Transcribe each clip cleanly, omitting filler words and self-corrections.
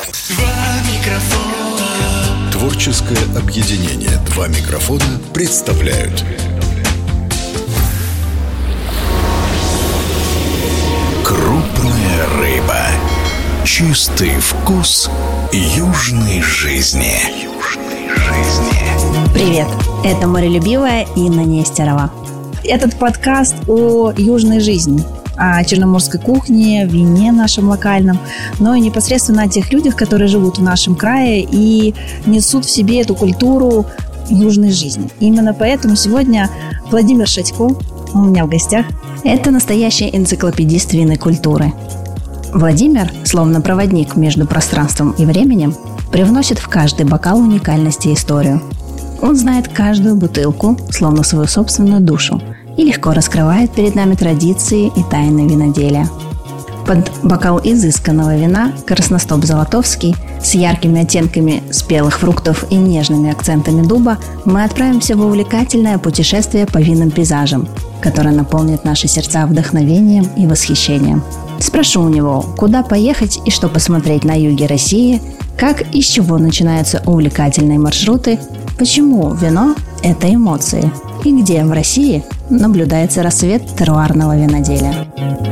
Два микрофона. Творческое объединение «Два микрофона» представляют Крупная рыба. Чистый вкус южной жизни. Привет, это морелюбивая Инна Нестерова. Этот подкаст о южной жизни, о черноморской кухне, вине нашем локальном, но и непосредственно о тех людях, которые живут в нашем крае и несут в себе эту культуру южной жизни. Именно поэтому сегодня Владимир Шатько у меня в гостях. Это настоящий энциклопедист винной культуры. Владимир, словно проводник между пространством и временем, привносит в каждый бокал уникальность и историю. Он знает каждую бутылку, словно свою собственную душу, и легко раскрывает перед нами традиции и тайны виноделия. Под бокал изысканного вина «Красностоп Золотовский» с яркими оттенками спелых фруктов и нежными акцентами дуба мы отправимся в увлекательное путешествие по винным пейзажам, которое наполнит наши сердца вдохновением и восхищением. Спрошу у него, куда поехать и что посмотреть на юге России, как и с чего начинаются увлекательные маршруты, почему вино – это эмоции, и где в России наблюдается рассвет теруарного виноделия.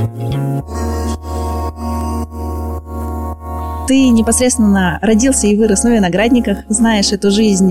Ты непосредственно родился и вырос на виноградниках, знаешь эту жизнь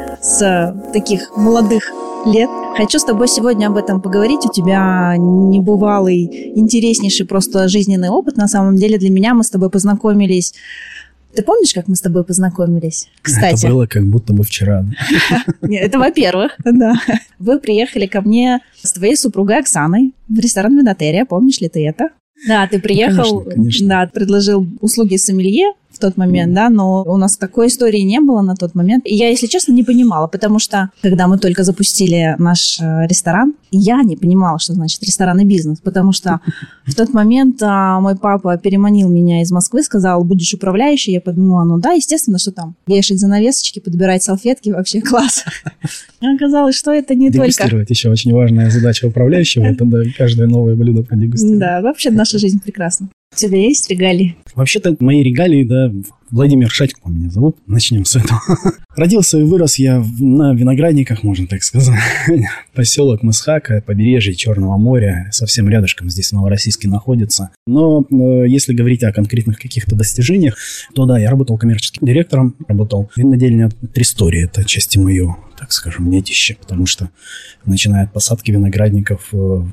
с таких молодых лет. Хочу с тобой сегодня об этом поговорить. У тебя небывалый, интереснейший просто жизненный опыт. На самом деле для меня мы с тобой познакомились. Ты помнишь, как мы с тобой познакомились? Кстати. Это было как будто бы вчера. Нет, это во-первых, да. Вы приехали ко мне с твоей супругой Оксаной в ресторан Винотерия. Помнишь ли ты это? Да, ты приехал, конечно. Да, предложил услуги сомелье в тот момент, да, но у нас такой истории не было на тот момент. И я, если честно, не понимала, потому что, когда мы только запустили наш ресторан, я не понимала, что значит ресторанный бизнес, потому что в тот момент мой папа переманил меня из Москвы, сказал, будешь управляющей. Я подумала, ну да, естественно, что там, вешать занавесочки, подбирать салфетки, вообще класс. И оказалось, что это не только... Дегустировать еще очень важная задача управляющего, это каждое новое блюдо продегустировать. Да, вообще наша жизнь прекрасна. У тебя есть регалии? Вообще-то мои регалии, да, Владимир Шатько меня зовут. Начнем с этого. Родился и вырос я на виноградниках, можно так сказать. Поселок Мысхака, побережье Черного моря, совсем рядышком здесь в Новороссийске находится. Но если говорить о конкретных каких-то достижениях, то да, я работал коммерческим директором, работал в винодельне Тристори. Это отчасти мое, так скажем, детище, потому что начиная от посадки виноградников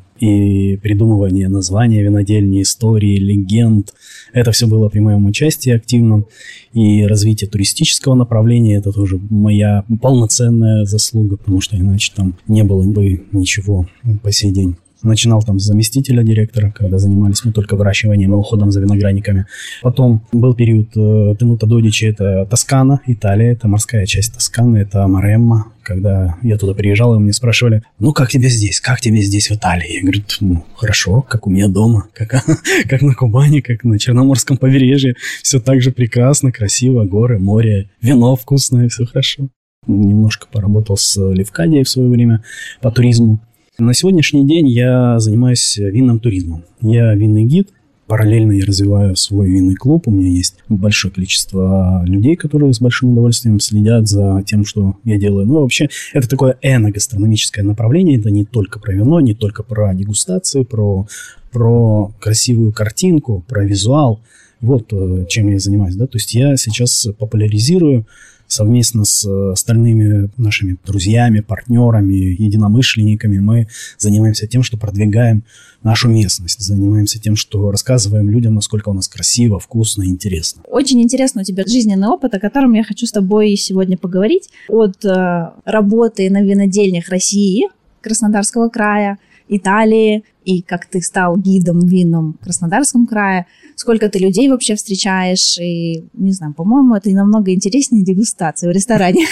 и придумывания названия винодельни, истории, легенд, это все было при моем участии активном. И развитие туристического направления – это тоже моя полноценная заслуга, потому что иначе там не было бы ничего по сей день. Начинал там с заместителя директора, когда занимались мы только выращиванием и уходом за виноградниками. Потом был период Тенуто Додичи, это Тоскана, Италия, это морская часть Тосканы, это Маремма. Когда я туда приезжал, и меня спрашивали, ну как тебе здесь в Италии? Я говорю, ну хорошо, как у меня дома, как на Кубани, как на Черноморском побережье. Все так же прекрасно, красиво, горы, море, вино вкусное, все хорошо. Немножко поработал с Левкадией в свое время по туризму. На сегодняшний день я занимаюсь винным туризмом. Я винный гид. Параллельно я развиваю свой винный клуб. У меня есть большое количество людей, которые с большим удовольствием следят за тем, что я делаю. Ну, вообще, это такое эногастрономическое направление. Это не только про вино, не только про дегустации, про красивую картинку, про визуал. Вот чем я занимаюсь. Да? То есть я сейчас популяризирую совместно с остальными нашими друзьями, партнерами, единомышленниками. Мы занимаемся тем, что продвигаем нашу местность, занимаемся тем, что рассказываем людям, насколько у нас красиво, вкусно, интересно. Очень интересно у тебя жизненный опыт, о котором я хочу с тобой сегодня поговорить. От работы на винодельнях России, Краснодарского края, Италии, и как ты стал гидом винным в Краснодарском крае, сколько ты людей вообще встречаешь, и, не знаю, по-моему, это намного интереснее дегустации в ресторане.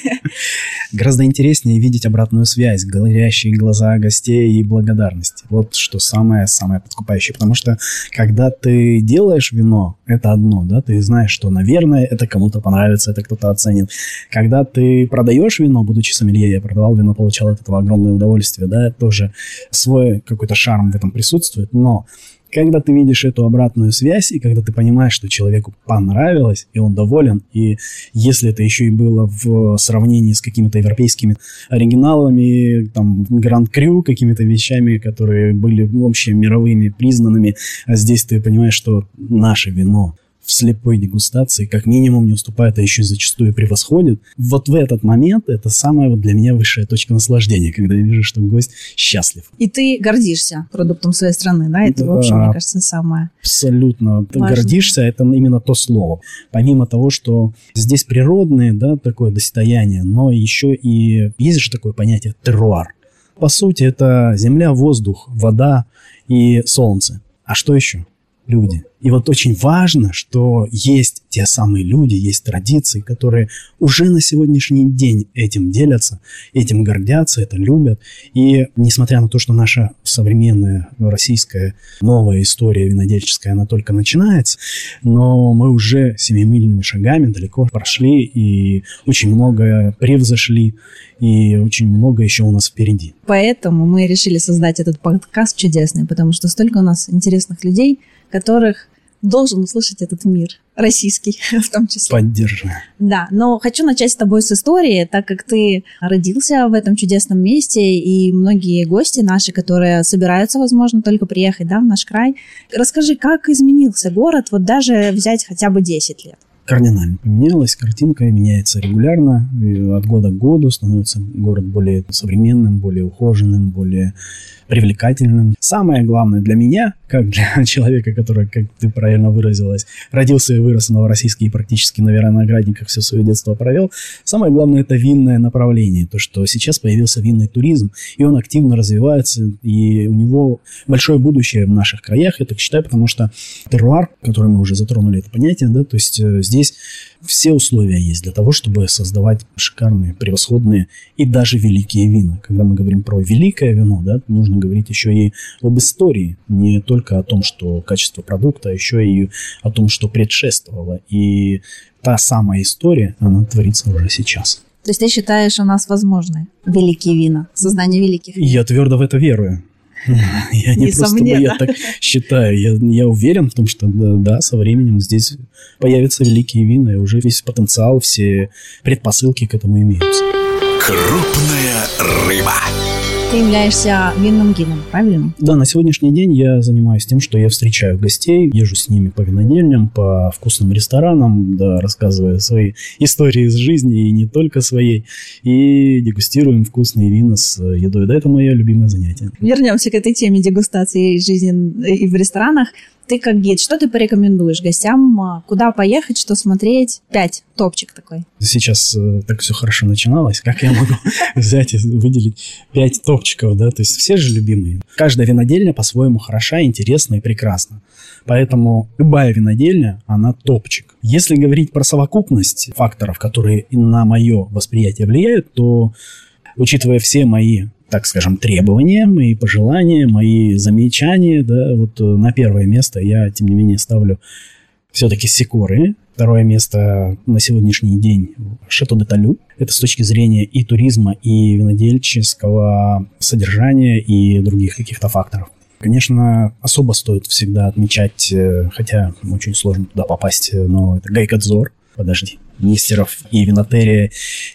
Гораздо интереснее видеть обратную связь, горящие глаза гостей и благодарности. Вот что самое-самое подкупающее. Потому что, когда ты делаешь вино, это одно, да, ты знаешь, что, наверное, это кому-то понравится, это кто-то оценит. Когда ты продаешь вино, будучи сомелье, я продавал вино, получал от этого огромное удовольствие, да, тоже свой какой-то шарм в этом присутствует, но Когда ты видишь эту обратную связь, и когда ты понимаешь, что человеку понравилось, и он доволен, и если это еще и было в сравнении с какими-то европейскими оригиналами, там, Гранд Крю, какими-то вещами, которые были вообще мировыми признанными, а здесь ты понимаешь, что наше вино в слепой дегустации как минимум не уступает, а еще зачастую превосходит. Вот в этот момент это самая вот для меня высшая точка наслаждения, когда я вижу, что гость счастлив. И ты гордишься продуктом своей страны, да? Это вообще, мне кажется, самое абсолютно. Ты важное. Гордишься, это именно то слово. Помимо того, что здесь природные, да, такое достояние, но еще и есть же такое понятие терруар. По сути, это земля, воздух, вода и солнце. А что еще? Люди. И вот очень важно, что есть те самые люди, есть традиции, которые уже на сегодняшний день этим делятся, этим гордятся, это любят. И несмотря на то, что наша современная российская новая история винодельческая, она только начинается, но мы уже семимильными шагами далеко прошли и очень многое превзошли, и очень много еще у нас впереди. Поэтому мы решили создать этот подкаст чудесный, потому что столько у нас интересных людей, которых должен услышать этот мир, российский в том числе. Поддерживаю. Да, но хочу начать с тобой с истории, так как ты родился в этом чудесном месте, и многие гости наши, которые собираются, возможно, только приехать, да, в наш край. Расскажи, как изменился город, вот даже взять хотя бы 10 лет? Кардинально поменялась, картинка меняется регулярно, и от года к году становится город более современным, более ухоженным, более привлекательным. Самое главное для меня, как для человека, который, как ты правильно выразилась, родился и вырос в Новороссийске и практически на виноградниках все свое детство провел, самое главное – это винное направление. То, что сейчас появился винный туризм, и он активно развивается, и у него большое будущее в наших краях, я так считаю, потому что терруар, который мы уже затронули это понятие, да, то есть здесь все условия есть для того, чтобы создавать шикарные, превосходные и даже великие вина. Когда мы говорим про великое вино, да, нужно говорить еще и об истории. Не только о том, что качество продукта, а еще и о том, что предшествовало. И та самая история, она творится уже сейчас. То есть ты считаешь, у нас возможны великие вина, создание великих вин? Я твердо в это верую. Я не просто я так считаю. Я уверен в том, что да, со временем здесь появятся великие вина, и уже весь потенциал, все предпосылки к этому имеются. Крупная рыба. Ты являешься винным гидом, правильно? Да, на сегодняшний день я занимаюсь тем, что я встречаю гостей, езжу с ними по винодельням, по вкусным ресторанам, да, рассказывая свои истории из жизни, и не только своей, и дегустируем вкусные вина с едой. Да, это мое любимое занятие. Вернемся к этой теме дегустации жизни и в ресторанах. Ты как гид, что ты порекомендуешь гостям? Куда поехать, что смотреть? 5, топчик такой. Сейчас так все хорошо начиналось. Как я могу взять и выделить 5 топчиков, да? То есть все же любимые. Каждая винодельня по-своему хороша, интересна и прекрасна. Поэтому любая винодельня, она топчик. Если говорить про совокупность факторов, которые на мое восприятие влияют, то, учитывая все мои, так скажем, требования, мои пожелания, мои замечания, да, вот на первое место я, тем не менее, ставлю все-таки Сикоры. Второе место на сегодняшний день Шато де Талю. Это с точки зрения и туризма, и винодельческого содержания, и других каких-то факторов. Конечно, особо стоит всегда отмечать, хотя очень сложно туда попасть, но это Гайкадзор. Подожди. Нестеров и Винотерия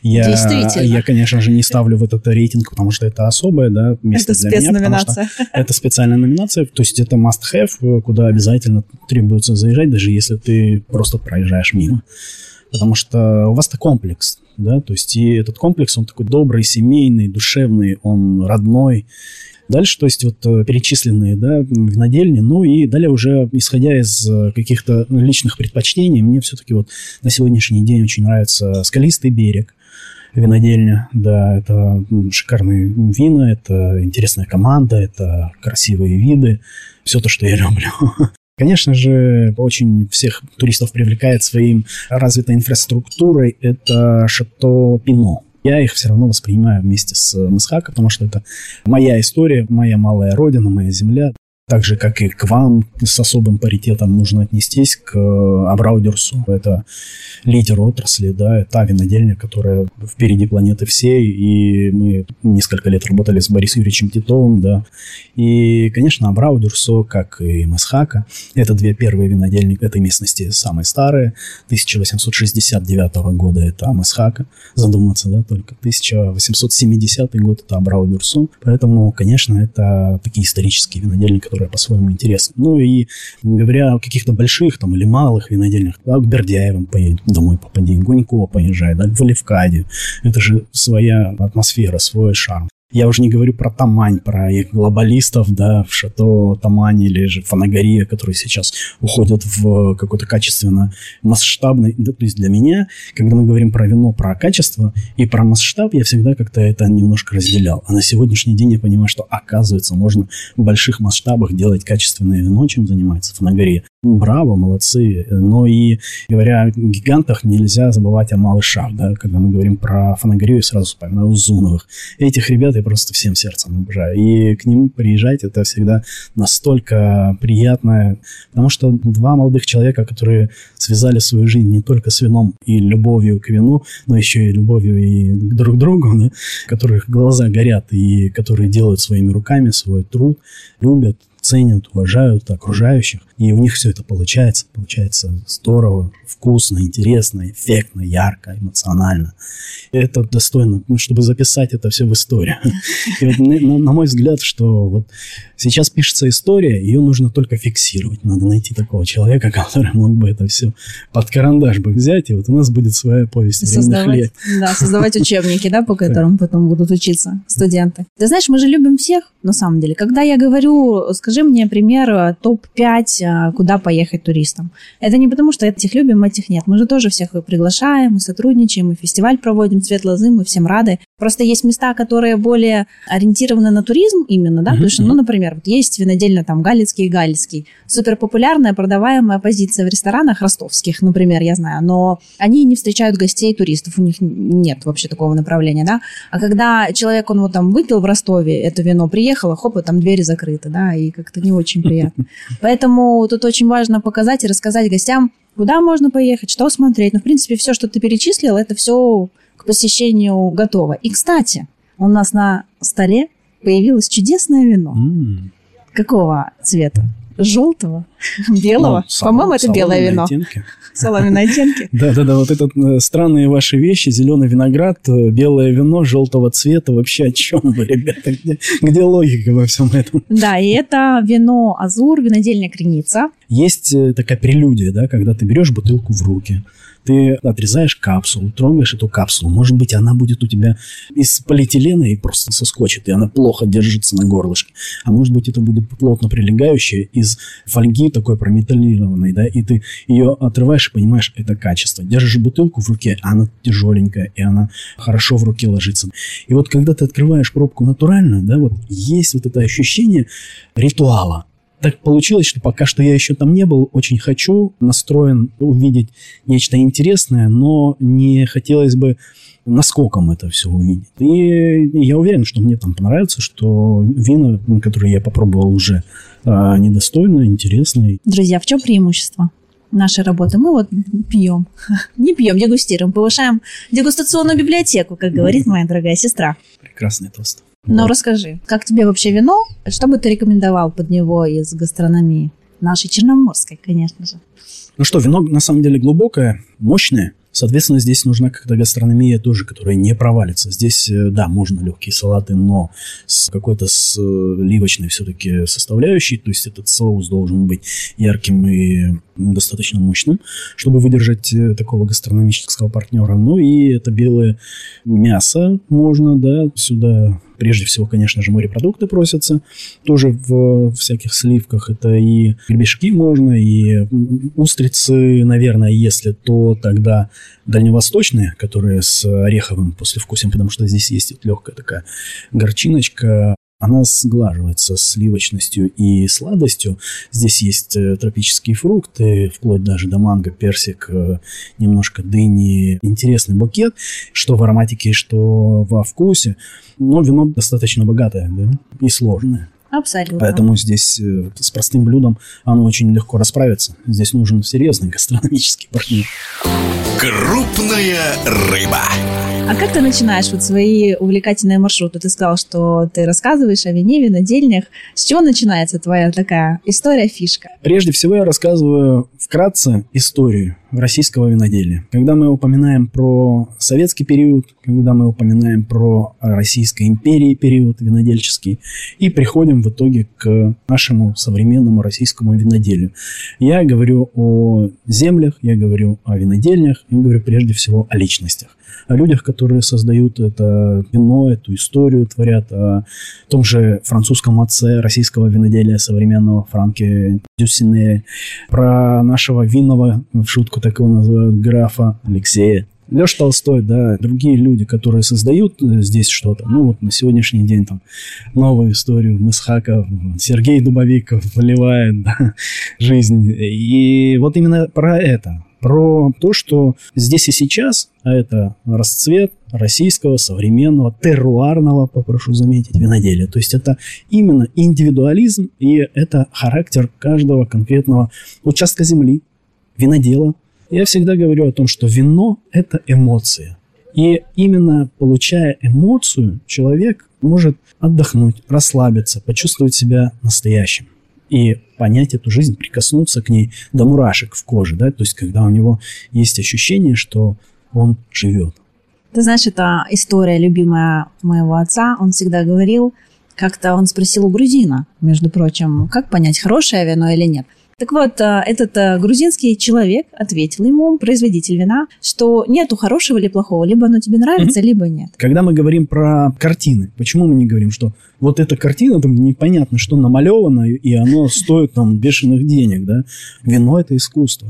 я, конечно же, не ставлю в этот рейтинг, потому что это особое, да, место это для меня. Спецноминация. Это специальная номинация, то есть это must-have, куда обязательно требуется заезжать, даже если ты просто проезжаешь мимо. Потому что у вас-то комплекс, да, то есть и этот комплекс, он такой добрый, семейный, душевный, он родной. Дальше, то есть вот перечисленные, да, винодельни, ну и далее уже исходя из каких-то личных предпочтений, мне все-таки вот на сегодняшний день очень нравится «Скалистый берег», винодельня, да, это шикарные вина, это интересная команда, это красивые виды, все то, что я люблю. Конечно же, очень всех туристов привлекает своей развитой инфраструктурой, это Шато Пино. Я их все равно воспринимаю вместе с Мсхака, потому что это моя история, моя малая родина, моя земля. Так же, как и к вам, с особым паритетом нужно отнестись к Абрау Дюрсо. Это лидер отрасли, да, та винодельня, которая впереди планеты всей. И мы несколько лет работали с Борисом Юрьевичем Титовым, да. И, конечно, Абрау Дюрсо, как и Месхака, это две первые винодельни этой местности, самые старые. 1869 года это Месхака, задуматься, да, только 1870 год это Абрау Дюрсо. Поэтому, конечно, это такие исторические винодельни, которые по-своему интересны. Ну и говоря о каких-то больших там или малых винодельнях, к Бердяевым поедет домой, попади, Гунько поезжает, да, в Левкадию. Это же своя атмосфера, свой шарм. Я уже не говорю про Тамань, про их глобалистов, да, в Шато Тамань или же Фанагария, которые сейчас уходят в какой-то качественно масштабный. Да, то есть для меня, когда мы говорим про вино, про качество и про масштаб, я всегда как-то это немножко разделял. А на сегодняшний день я понимаю, что, оказывается, можно в больших масштабах делать качественное вино, чем занимается Фанагария. Браво, молодцы. Но и говоря о гигантах, нельзя забывать о малышах, да, когда мы говорим про Фанагарию, я сразу вспоминаю Узуновых. Этих ребят я просто всем сердцем обожаю. И к ним приезжать, это всегда настолько приятно, потому что два молодых человека, которые связали свою жизнь не только с вином и любовью к вину, но еще и любовью и друг к другу, да, которых глаза горят и которые делают своими руками свой труд, любят, ценят, уважают окружающих, и у них все это получается здорово, вкусно, интересно, эффектно, ярко, эмоционально. И это достойно, чтобы записать это все в историю. И вот, на мой взгляд, что вот сейчас пишется история, ее нужно только фиксировать. Надо найти такого человека, который мог бы это все под карандаш бы взять, и вот у нас будет своя повесть временных лет. Да, создавать учебники, да, по которым потом будут учиться студенты. Ты знаешь, мы же любим всех, на самом деле. Когда я говорю, скажи мне пример топ-5, куда поехать туристам. Это не потому, что этих любим, этих нет. Мы же тоже всех приглашаем, мы сотрудничаем, мы фестиваль проводим, Цвет лозы, мы всем рады. Просто есть места, которые более ориентированы на туризм именно, да, потому что, ну, например, вот есть винодельня там Галицкий и Галицкий. Суперпопулярная продаваемая позиция в ресторанах ростовских, например, я знаю, но они не встречают гостей, туристов, у них нет вообще такого направления, да. А когда человек, он вот там выпил в Ростове это вино, приехал, хоп, и там двери закрыты, да, и как-то не очень приятно. Поэтому тут очень важно показать и рассказать гостям, куда можно поехать, что смотреть. Ну, в принципе, все, что ты перечислил, это все к посещению готово. И, кстати, у нас на столе появилось чудесное вино. Какого цвета? Желтого? Белого? Ну, по-моему, это белое вино. Соломенные оттенки. Да-да-да, вот это странные ваши вещи. Зеленый виноград, белое вино, желтого цвета. Вообще о чем вы, ребята? Где логика во всем этом? Да, и это вино Азур, винодельня Креница. Есть такая прелюдия, да, когда ты берешь бутылку в руки, ты отрезаешь капсулу, трогаешь эту капсулу. Может быть, она будет у тебя из полиэтилена и просто соскочит, и она плохо держится на горлышке. А может быть, это будет плотно прилегающая из фольги такой прометаллированной, да, и ты ее отрываешь и понимаешь, это качество. Держишь бутылку в руке, она тяжеленькая, и она хорошо в руке ложится. И вот когда ты открываешь пробку натуральную, да, вот есть вот это ощущение ритуала. Так получилось, что пока что я еще там не был, очень хочу, настроен увидеть нечто интересное, но не хотелось бы наскоком это все увидеть. И я уверен, что мне там понравится, что вина, которые я попробовал уже, недостойные, интересные. Друзья, в чем преимущество нашей работы? Мы вот пьем. Не пьем, дегустируем, повышаем дегустационную библиотеку, как говорит моя дорогая сестра. Прекрасный тост. Но расскажи, как тебе вообще вино? Что бы ты рекомендовал под него из гастрономии? Нашей черноморской, конечно же. Ну что, вино на самом деле глубокое, мощное. Соответственно, здесь нужна какая-то гастрономия тоже, которая не провалится. Здесь, да, можно легкие салаты, но с какой-то сливочной все-таки составляющей. То есть этот соус должен быть ярким и достаточно мощным, чтобы выдержать такого гастрономического партнера. Ну и это белое мясо можно, да, сюда... Прежде всего, конечно же, морепродукты просятся. Тоже в всяких сливках. Это и гребешки можно, и устрицы, наверное, если то тогда дальневосточные, которые с ореховым послевкусием, потому что здесь есть вот легкая такая горчиночка. Она сглаживается сливочностью и сладостью. Здесь есть тропические фрукты, вплоть даже до манго, персик, немножко дыни. Интересный букет, что в ароматике, что во вкусе. Но вино достаточно богатое, да, и сложное. Абсолютно. Поэтому здесь с простым блюдом оно очень легко расправится. Здесь нужен серьезный гастрономический партнер. Крупная рыба. А как ты начинаешь вот свои увлекательные маршруты? Ты сказал, что ты рассказываешь о вине, винодельнях. С чего начинается твоя такая история, фишка? Прежде всего я рассказываю вкратце историю российского виноделия. Когда мы упоминаем про советский период, когда мы упоминаем про Российской империи период винодельческий, и приходим в итоге к нашему современному российскому виноделию. Я говорю о землях, я говорю о винодельнях, я говорю прежде всего о личностях. О людях, которые создают это вино, эту историю творят, о том же французском отце российского виноделия современного Франке Дюссенере, про нашего винного, в шутку так его называют, графа Алексея. Лёш Толстой, да, другие люди, которые создают здесь что-то. Ну, вот на сегодняшний день там новую историю Мысхаков, Сергей Дубовиков вливает, да, жизнь. И вот именно про это. Про то, что здесь и сейчас, а это расцвет российского, современного, терруарного, попрошу заметить, виноделия. То есть это именно индивидуализм, и это характер каждого конкретного участка земли, винодела. Я всегда говорю о том, что вино – это эмоция. И именно получая эмоцию, человек может отдохнуть, расслабиться, почувствовать себя настоящим. И понять эту жизнь, прикоснуться к ней до мурашек в коже, да, то есть когда у него есть ощущение, что он живет. Ты знаешь, это история любимая моего отца. Он всегда говорил, как-то он спросил у грузина, между прочим, как понять, хорошее вино или нет. Так вот, этот грузинский человек ответил ему, производитель вина, что нету хорошего или плохого, либо оно тебе нравится, либо нет. Когда мы говорим про картины, почему мы не говорим, что вот эта картина, там непонятно, что намалевано, и оно стоит там бешеных денег, да? Вино – это искусство.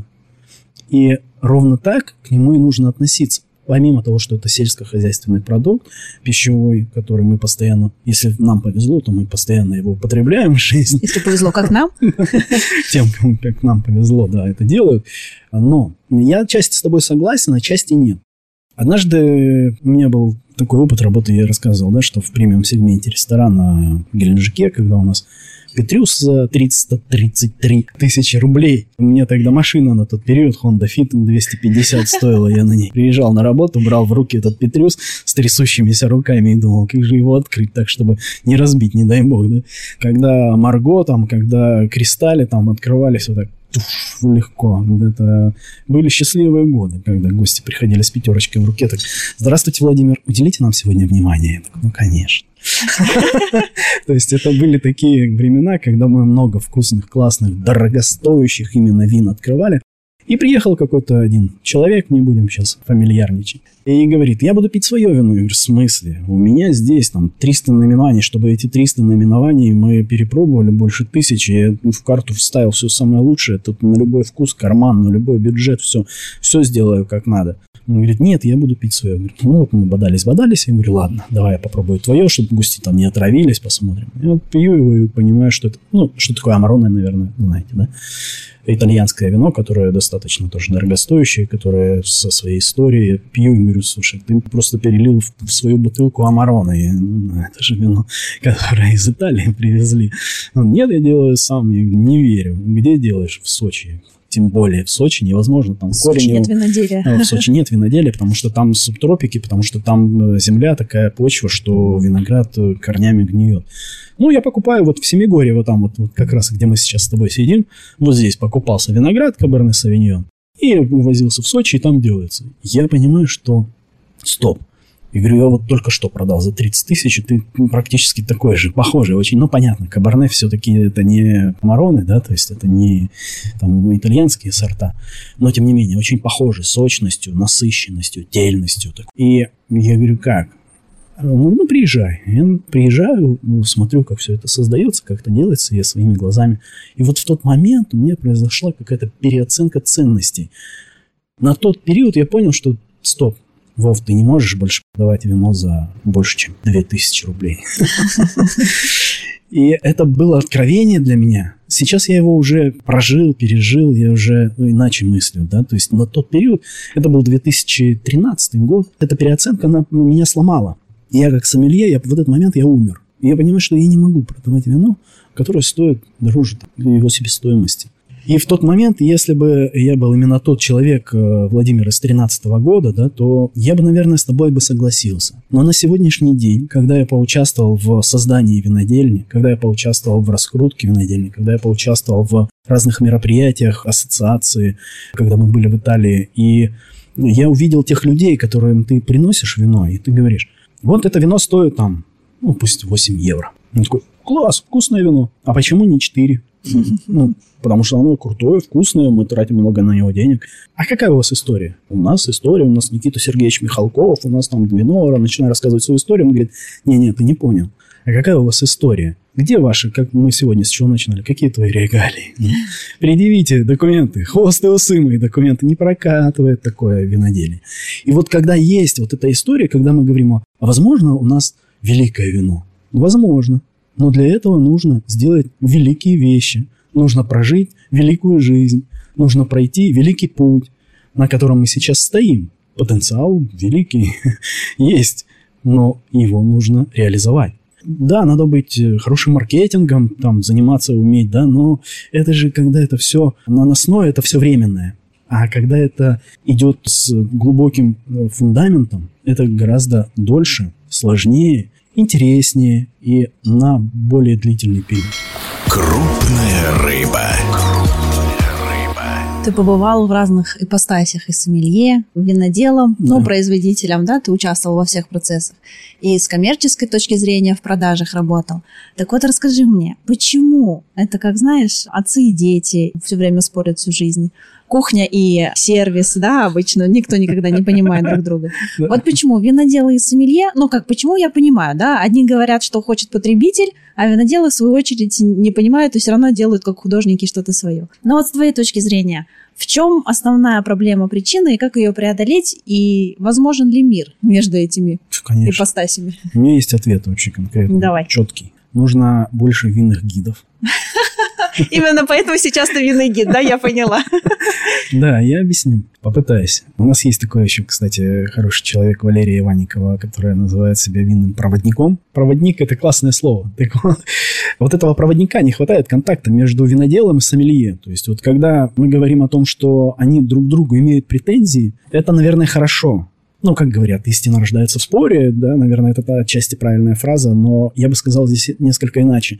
И ровно так к нему и нужно относиться. Помимо того, что это сельскохозяйственный продукт пищевой, который мы постоянно, если нам повезло, то мы постоянно его употребляем в жизни. Если повезло, как нам. Тем, кому как нам повезло, да, это делают. Но я отчасти с тобой согласен, а отчасти нет. Однажды у меня был такой опыт работы, я рассказывал, да, что в премиум-сегменте ресторана в Геленджике, когда у нас Петрюс за 333 тысячи рублей. У меня тогда машина на тот период, Honda Fit 250 стоила, я на ней приезжал на работу, брал в руки этот Петрюс с трясущимися руками и думал, как же его открыть так, чтобы не разбить, не дай бог, да. Когда Марго, там, когда Кристалли там открывались вот так, легко. Это были счастливые годы, когда гости приходили с пятерочкой в руке. Так, здравствуйте, Владимир, уделите нам сегодня внимание. Я так, ну, конечно. То есть это были такие времена, когда мы много вкусных, классных, дорогостоящих именно вин открывали. И приехал какой-то один человек, не будем сейчас фамильярничать, и говорит, я буду пить свое вино. Я говорю, в смысле? У меня здесь там 300 наименований, чтобы эти 300 наименований мы перепробовали больше 1000. Я в карту вставил все самое лучшее. Тут на любой вкус, карман, на любой бюджет, все сделаю как надо. Он говорит, нет, я буду пить свое. Я говорю, ну вот мы бодались. Я говорю, ладно, давай я попробую твое, чтобы гости там не отравились, посмотрим. Я вот пью его и понимаю, что это, ну, что такое Амароне, наверное, знаете, да? Итальянское вино, которое достаточно тоже дорогостоящее, которое со своей историей. Пью и говорю, слушай, ты просто перелил в свою бутылку Амароне. Это же вино, которое из Италии привезли. Нет, я делаю сам, я не верю. Где делаешь? В Сочи. Тем более в Сочи невозможно. Там в Сочи нет виноделия. В Сочи нет виноделия, потому что там субтропики, потому что там земля такая почва, что виноград корнями гниет. Ну, я покупаю вот в Семигорье, вот там вот как раз, где мы сейчас с тобой сидим, вот здесь покупался виноград Каберне Савиньон и увозился в Сочи, и там делается. Я понимаю, что стоп. Я говорю, я вот только что продал за 30 тысяч, ты практически такой же, похожий очень. Ну, понятно, Каберне все-таки это не Амароне, да, то есть это не там итальянские сорта, но, тем не менее, очень похожи сочностью, насыщенностью, тельностью. И я говорю, как? Ну, приезжай. Я приезжаю, смотрю, как все это создается, как это делается, я своими глазами. И вот в тот момент у меня произошла какая-то переоценка ценностей. На тот период я понял, что стоп, Вов, ты не можешь больше продавать вино за больше, чем 2000 рублей. И это было откровение для меня. Сейчас я его уже прожил, пережил, я уже иначе мыслю, да, то есть на тот период, это был 2013 год, эта переоценка, она меня сломала. Я как сомелье, в этот момент я умер. И я понимаю, что я не могу продавать вино, которое стоит дороже его себестоимости. И в тот момент, если бы я был именно тот человек, Владимир, из 2013 года, да, то я бы, наверное, с тобой бы согласился. Но на сегодняшний день, когда я поучаствовал в создании винодельни, когда я поучаствовал в раскрутке винодельни, когда я поучаствовал в разных мероприятиях, ассоциации, когда мы были в Италии, и я увидел тех людей, которым ты приносишь вино, и ты говоришь, вот это вино стоит там, ну, пусть 8 евро. Он такой, класс, вкусное вино. А почему не 4? Ну, потому что оно крутое, вкусное, мы тратим много на него денег. А какая у вас история? У нас история, у нас Никита Сергеевич Михалков, у нас там вино, начинаю рассказывать свою историю, он говорит, не, ты не понял. А какая у вас история? Где ваши, как мы сегодня с чего начинали, какие твои регалии? Предъявите документы, хвосты усы мои документы, не прокатывает такое виноделие. И вот когда есть вот эта история, когда мы говорим, а возможно у нас великое вино? Возможно. Но для этого нужно сделать великие вещи. Нужно прожить великую жизнь. Нужно пройти великий путь, на котором мы сейчас стоим. Потенциал великий есть, но его нужно реализовать. Да, надо быть хорошим маркетингом, там, заниматься, уметь, да, но это же, когда это все наносное, это все временное. А когда это идет с глубоким фундаментом, это гораздо дольше, сложнее, интереснее и на более длительный период. Крупная рыба. Ты побывал в разных ипостасях, и сомелье, виноделом, производителем, да, ты участвовал во всех процессах. И с коммерческой точки зрения в продажах работал. Так вот, расскажи мне, почему это, как знаешь, отцы и дети все время спорят всю жизнь? Кухня и сервис, да, обычно никто никогда не понимает друг друга. Вот почему виноделы и сомелье, почему я понимаю, да, одни говорят, что хочет потребитель, а виноделы, в свою очередь, не понимают и все равно делают, как художники, что-то свое. Но вот с твоей точки зрения, в чем основная проблема, причина, и как ее преодолеть, и возможен ли мир между этими ипостасями? У меня есть ответ очень конкретный, четкий. Нужно больше винных гидов. Именно поэтому сейчас ты винный гид, да, я поняла. Да, я объясню, попытаюсь. У нас есть такой еще, кстати, хороший человек Валерия Иванникова, которая называет себя винным проводником. Проводник – это классное слово. Так вот этого проводника не хватает контакта между виноделом и сомелье. То есть вот когда мы говорим о том, что они друг к другу имеют претензии, это, наверное, хорошо. Как говорят, истина рождается в споре, да, наверное, это отчасти правильная фраза, но я бы сказал здесь несколько иначе.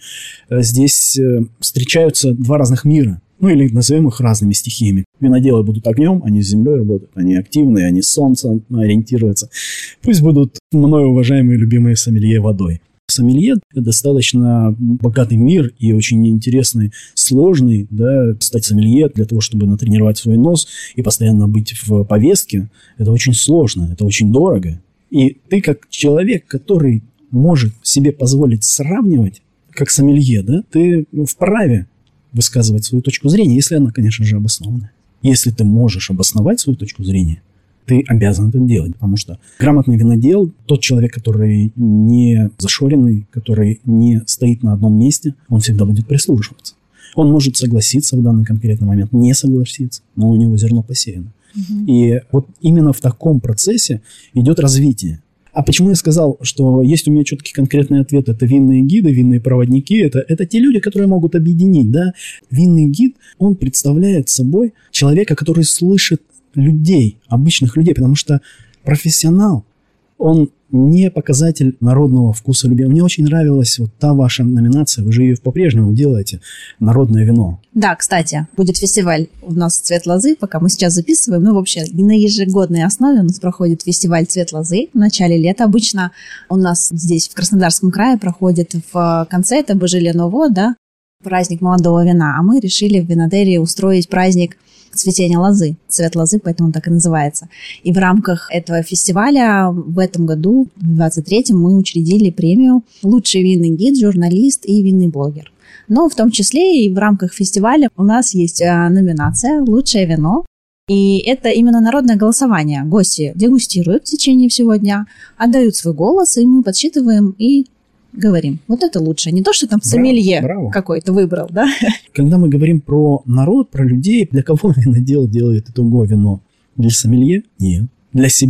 Здесь встречаются два разных мира, или назовем их разными стихиями. Виноделы будут огнем, они с землей работают, они активные, они с солнцем ориентируются. Пусть будут мною уважаемые любимые сомелье водой. Сомелье – это достаточно богатый мир и очень интересный, сложный, да, стать сомелье для того, чтобы натренировать свой нос и постоянно быть в повестке. Это очень сложно, это очень дорого. И ты как человек, который может себе позволить сравнивать, как сомелье, да, ты вправе высказывать свою точку зрения, если она, конечно же, обоснованная. Если ты можешь обосновать свою точку зрения, ты обязан это делать, потому что грамотный винодел, тот человек, который не зашоренный, который не стоит на одном месте, он всегда будет прислушиваться. Он может согласиться в данный конкретный момент, не согласиться, но у него зерно посеяно. И вот именно в таком процессе идет развитие. А почему я сказал, что есть у меня четкий конкретный ответ? Это винные гиды, винные проводники. Это те люди, которые могут объединить. Да? Винный гид, он представляет собой человека, который слышит людей, обычных людей, потому что профессионал, он не показатель народного вкуса любви. Мне очень нравилась вот та ваша номинация, вы же ее по-прежнему делаете, народное вино. Да, кстати, будет фестиваль у нас «Цвет лозы», пока мы сейчас записываем. Вообще на ежегодной основе у нас проходит фестиваль «Цвет лозы» в начале лета. Обычно у нас здесь в Краснодарском крае проходит в конце, это Божеле Ново, да, праздник молодого вина. А мы решили в винодерии устроить праздник цветения лозы, цвет лозы, поэтому он так и называется. И в рамках этого фестиваля в этом году, в 23-м, мы учредили премию «Лучший винный гид, журналист и винный блогер». Но в том числе и в рамках фестиваля у нас есть номинация «Лучшее вино». И это именно народное голосование. Гости дегустируют в течение всего дня, отдают свой голос, и мы подсчитываем и говорим, вот это лучше. Не то, что там сомелье какой-то выбрал, да? Когда мы говорим про народ, про людей, для кого винодел делает итоговое вино? Для сомелье? Нет. Для себя?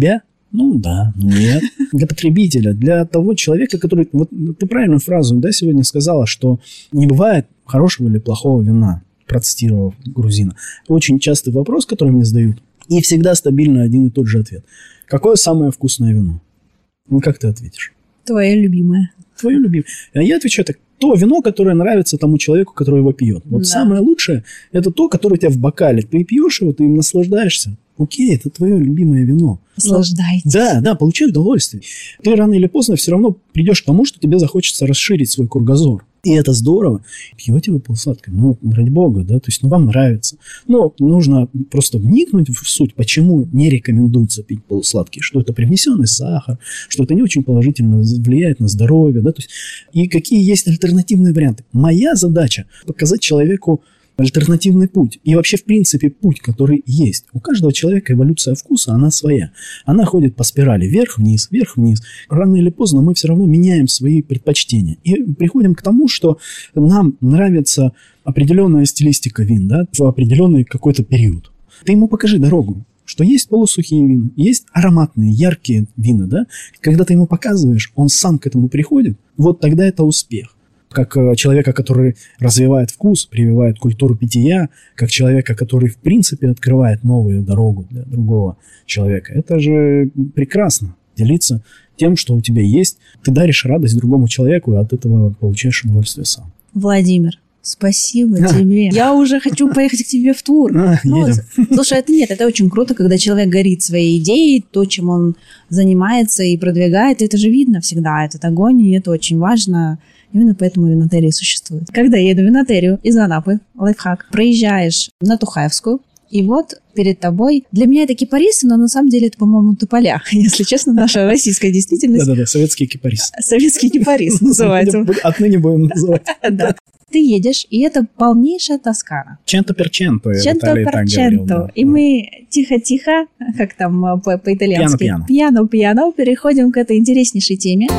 Ну да, нет. Для потребителя, для того человека, который... Вот ты правильную фразу, да, сегодня сказала, что не бывает хорошего или плохого вина, процитировав грузина. Очень частый вопрос, который мне задают, и всегда стабильно один и тот же ответ. Какое самое вкусное вино? Ну, как ты ответишь? Твое любимое. Твое любимое. А я отвечаю так. То вино, которое нравится тому человеку, который его пьет. Вот Да. самое лучшее – это то, которое у тебя в бокале. Ты пьешь его, ты им наслаждаешься. Окей, это твое любимое вино. Наслаждайтесь. Да, получай удовольствие. Ты рано или поздно все равно придешь к тому, что тебе захочется расширить свой кругозор. И это здорово. Пьете вы полусладкое? Ну, ради бога, да, то есть, вам нравится. Но нужно просто вникнуть в суть, почему не рекомендуется пить полусладкие. Что это привнесенный сахар, что это не очень положительно влияет на здоровье, да, то есть, и какие есть альтернативные варианты. Моя задача – показать человеку альтернативный путь. И вообще, в принципе, путь, который есть. У каждого человека эволюция вкуса, она своя. Она ходит по спирали вверх-вниз, вверх-вниз. Рано или поздно мы все равно меняем свои предпочтения. И приходим к тому, что нам нравится определенная стилистика вин, да, в определенный какой-то период. Ты ему покажи дорогу. Что есть полусухие вина, есть ароматные, яркие вина, да. Когда ты ему показываешь, он сам к этому приходит, вот тогда это успех. Как человека, который развивает вкус, прививает культуру питья, как человека, который, в принципе, открывает новую дорогу для другого человека. Это же прекрасно. Делиться тем, что у тебя есть. Ты даришь радость другому человеку, и от этого получаешь удовольствие сам. Владимир, спасибо тебе. Я уже хочу поехать к тебе в тур. Едем. Слушай, это очень круто, когда человек горит своей идеей, то, чем он занимается и продвигает. Это же видно всегда, этот огонь, и это очень важно. Именно поэтому винотерии существуют. Когда я еду в винотерию из Анапы, лайфхак, проезжаешь на Тухаевскую, и вот перед тобой... Для меня это кипарисы, но на самом деле это, по-моему, тополя. Если честно, наша российская действительность. Да-да-да, советский кипарис. Советский кипарис называется. Отныне будем называть. Да. Ты едешь, и это полнейшая тоскана. Ченто перченто, я в Ченто Италии так говорил. перченто. И мы тихо-тихо, как там по-итальянски, Пьяно-пьяно. пьяно-пьяно переходим к этой интереснейшей теме.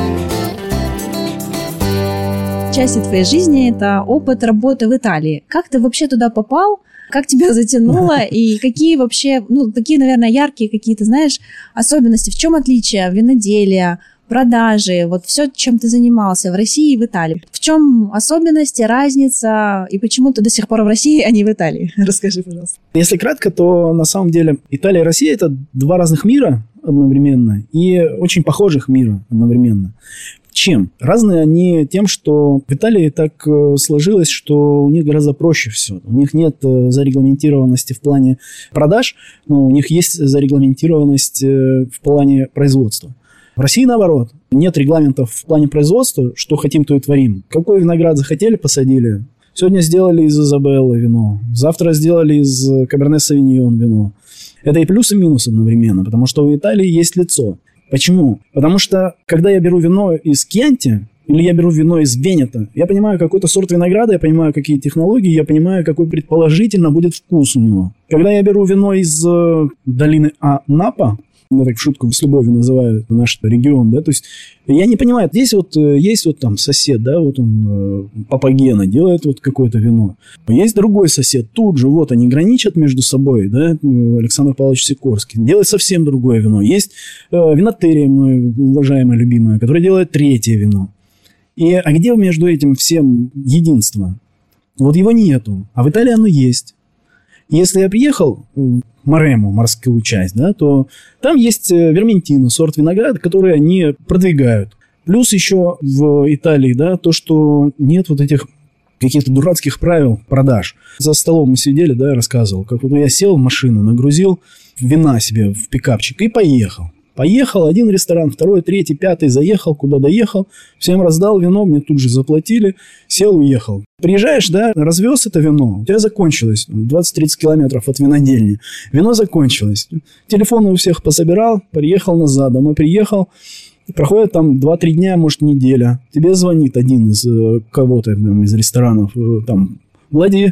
Часть твоей жизни – это опыт работы в Италии. Как ты вообще туда попал? Как тебя затянуло? И какие вообще, такие, наверное, яркие какие-то, знаешь, особенности? В чем отличие виноделия, продажи, вот все, чем ты занимался в России и в Италии? В чем особенности, разница? И почему ты до сих пор в России, а не в Италии? Расскажи, пожалуйста. Если кратко, то на самом деле Италия и Россия – это два разных мира одновременно и очень похожих мира одновременно. Чем? Разные они тем, что в Италии так сложилось, что у них гораздо проще все. У них нет зарегламентированности в плане продаж, но у них есть зарегламентированность в плане производства. В России наоборот. Нет регламентов в плане производства, что хотим, то и творим. Какой виноград захотели, посадили. Сегодня сделали из Изабеллы вино, завтра сделали из Каберне Савиньон вино. Это и плюс, и минус одновременно, потому что в Италии есть лицо. Почему? Потому что, когда я беру вино из Кьянти, или я беру вино из Венета, я понимаю какой-то сорт винограда, я понимаю, какие технологии, я понимаю, какой предположительно будет вкус у него. Когда я беру вино из долины Анапа, я так в шутку с любовью называю наш регион, да, то есть я не понимаю, здесь вот есть вот там сосед, да, вот он, Папа Гена, делает вот какое-то вино. Есть другой сосед, тут же, вот они граничат между собой, да, Александр Павлович Сикорский, делает совсем другое вино. Есть винотерия, мной уважаемая, любимая, которая делает третье вино. А где между этим всем единство? Вот его нету, а в Италии оно есть. Если я приехал в Марему, морскую часть, да, то там есть верментино, сорт винограда, который они продвигают. Плюс еще в Италии, да, то, что нет вот этих каких-то дурацких правил продаж. За столом мы сидели, да, я рассказывал, как вот я сел в машину, нагрузил вина себе в пикапчик и поехал. Поехал, один ресторан, второй, третий, пятый, заехал, куда доехал, всем раздал вино, мне тут же заплатили, сел, уехал. Приезжаешь, да, развез это вино, у тебя закончилось 20-30 километров от винодельни, вино закончилось. Телефоны у всех пособирал, приехал назад, домой приехал, проходит там 2-3 дня, может, неделя, тебе звонит один из кого-то из ресторанов, там, Влади,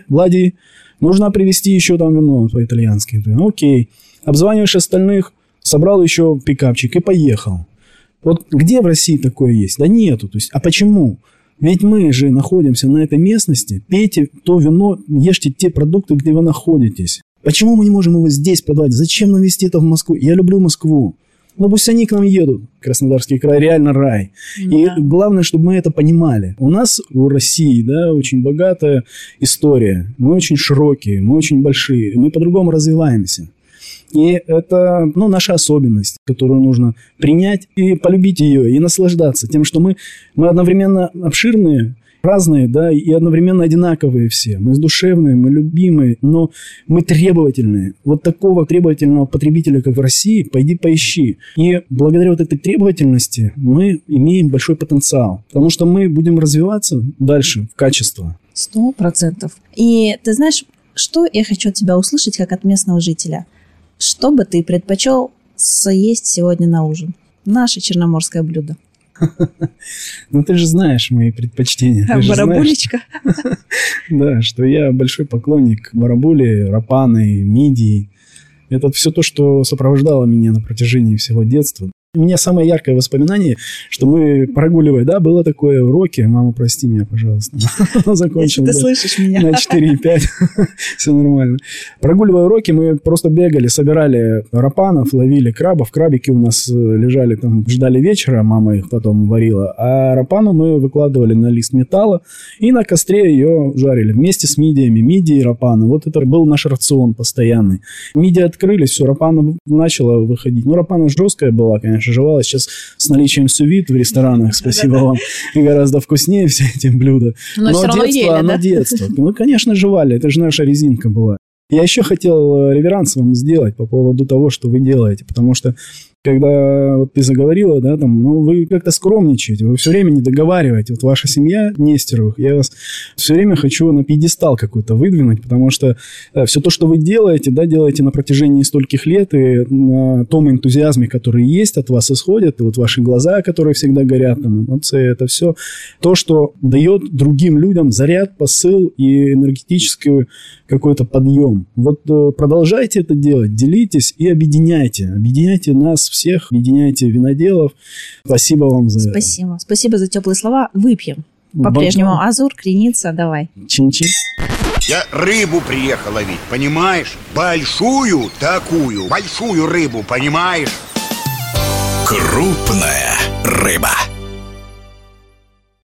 нужно привезти еще там вино по-итальянски. Окей, обзваниваешь остальных, собрал еще пикапчик и поехал. Вот где в России такое есть? Да нету. То есть, а почему? Ведь мы же находимся на этой местности. Пейте то вино, ешьте те продукты, где вы находитесь. Почему мы не можем его здесь продавать? Зачем нам везти это в Москву? Я люблю Москву. Ну, пусть они к нам едут. Краснодарский край реально рай. Да. И главное, чтобы мы это понимали. У нас, у России, да, очень богатая история. Мы очень широкие, мы очень большие. Мы по-другому развиваемся. И это, наша особенность, которую нужно принять и полюбить ее, и наслаждаться тем, что мы одновременно обширные, разные, да, и одновременно одинаковые все. Мы душевные, мы любимые, но мы требовательные. Вот такого требовательного потребителя, как в России, пойди поищи. И благодаря вот этой требовательности мы имеем большой потенциал, потому что мы будем развиваться дальше в качество. 100%. И ты знаешь, что я хочу от тебя услышать, как от местного жителя? Что бы ты предпочел съесть сегодня на ужин? Наше черноморское блюдо. Ну, ты же знаешь мои предпочтения. Барабулечка? Да, что я большой поклонник барабули, рапаны, мидии. Это все то, что сопровождало меня на протяжении всего детства. У меня самое яркое воспоминание, что мы прогуливая, да, было такое уроки. Мама, прости меня, пожалуйста. Закончил. Ты слышишь меня. На 4,5. Все нормально. Прогуливая уроки, мы просто бегали, собирали рапанов, ловили крабов. Крабики у нас лежали там, ждали вечера, мама их потом варила. А рапану мы выкладывали на лист металла и на костре ее жарили вместе с мидиями. Мидии и рапаны. Вот это был наш рацион постоянный. Мидии открылись, все, рапана начала выходить. Ну, рапана жесткая была, конечно, жевала. Сейчас с наличием су-вид в ресторанах, спасибо вам, гораздо вкуснее все эти блюда. Но все равно детство, ели, оно детство. Ну, конечно, жевали. Это же наша резинка была. Я еще хотел реверанс вам сделать по поводу того, что вы делаете. Потому что, когда вот ты заговорила, да, там, вы как-то скромничаете, вы все время не договариваете. Вот ваша семья Нестеровых, я вас все время хочу на пьедестал какой-то выдвинуть, потому что все то, что вы делаете, да, делаете на протяжении стольких лет, и на том энтузиазме, который есть от вас исходит, и вот ваши глаза, которые всегда горят, там, эмоции, это все то, что дает другим людям заряд, посыл и энергетический какой-то подъем. Вот продолжайте это делать, делитесь и объединяйте. Объединяйте нас всех, объединяйте виноделов. Спасибо вам за это. Спасибо за теплые слова. Выпьем. По-прежнему Азур, Креница, давай. Чин-чин. Я рыбу приехал ловить, понимаешь? Большую такую, большую рыбу, понимаешь? Крупная рыба.